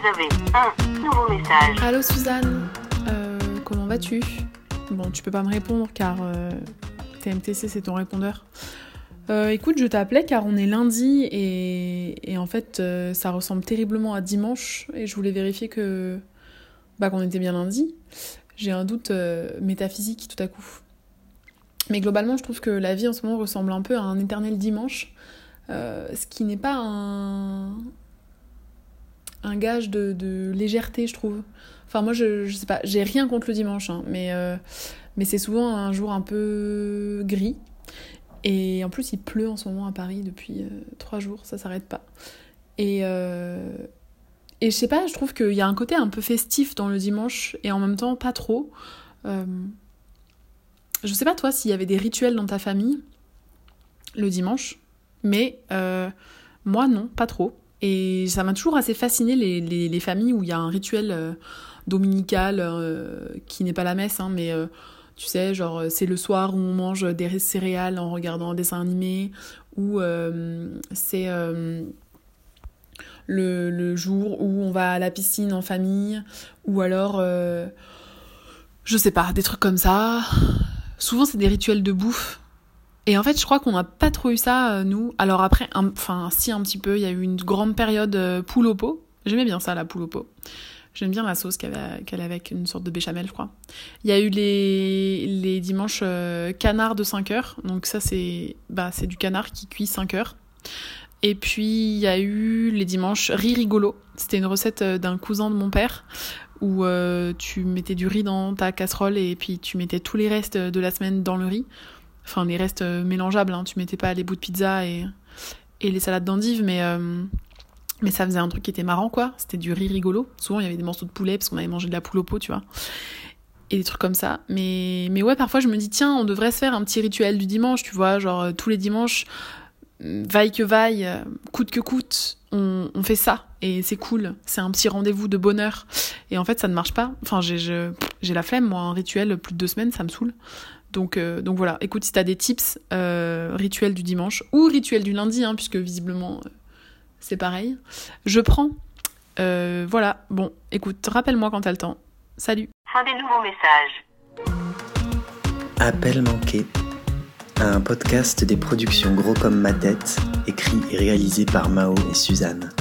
avez un nouveau message. Allô Suzanne, comment vas-tu ? Bon, tu peux pas me répondre car TMTC c'est ton répondeur. Écoute, je t'appelais car on est lundi et en fait ça ressemble terriblement à dimanche et je voulais vérifier qu'on était bien lundi. J'ai un doute métaphysique tout à coup. Mais globalement, je trouve que la vie en ce moment ressemble un peu à un éternel dimanche, ce qui n'est pas un gage de légèreté, je trouve. Enfin, moi, je sais pas, j'ai rien contre le dimanche, hein, mais c'est souvent un jour un peu gris. Et en plus, il pleut en ce moment à Paris depuis 3 jours, ça s'arrête pas. Et je sais pas, je trouve qu'il y a un côté un peu festif dans le dimanche, et en même temps, pas trop. Je sais pas, toi, s'il y avait des rituels dans ta famille le dimanche, mais moi, non, pas trop. Et ça m'a toujours assez fasciné les familles où il y a un rituel dominical qui n'est pas la messe, hein, mais tu sais, genre c'est le soir où on mange des céréales en regardant un dessin animé, ou c'est le jour où on va à la piscine en famille, ou alors, je sais pas, des trucs comme ça. Souvent, c'est des rituels de bouffe. Et en fait, je crois qu'on n'a pas trop eu ça, nous. Alors après, un petit peu, il y a eu une grande période poule au pot. J'aimais bien ça, la poule au pot. J'aime bien la sauce qu'elle avait avec une sorte de béchamel, je crois. Il y a eu les dimanches canard de 5 heures. Donc ça, c'est du canard qui cuit 5 heures. Et puis, il y a eu les dimanches riz rigolo. C'était une recette d'un cousin de mon père où tu mettais du riz dans ta casserole et puis tu mettais tous les restes de la semaine dans le riz. Enfin, les restes mélangeables, hein. Tu mettais pas les bouts de pizza et les salades d'endives, mais ça faisait un truc qui était marrant, quoi. C'était du riz rigolo. Souvent, il y avait des morceaux de poulet parce qu'on avait mangé de la poule au pot, tu vois. Et des trucs comme ça. Mais ouais, parfois, je me dis, tiens, on devrait se faire un petit rituel du dimanche, tu vois. Genre, tous les dimanches, vaille que vaille, coûte que coûte, on fait ça. Et c'est cool. C'est un petit rendez-vous de bonheur. Et en fait, ça ne marche pas. Enfin, j'ai la flemme, moi. Un rituel, plus de 2 semaines, ça me saoule. Donc voilà, écoute, si t'as des tips, rituel du dimanche ou rituel du lundi, hein, puisque visiblement c'est pareil, je prends. Voilà, bon, écoute, rappelle-moi quand t'as le temps. Salut. Fin des nouveaux messages. Appel manqué, un podcast des productions Gros comme ma tête, écrit et réalisé par Mao et Suzanne.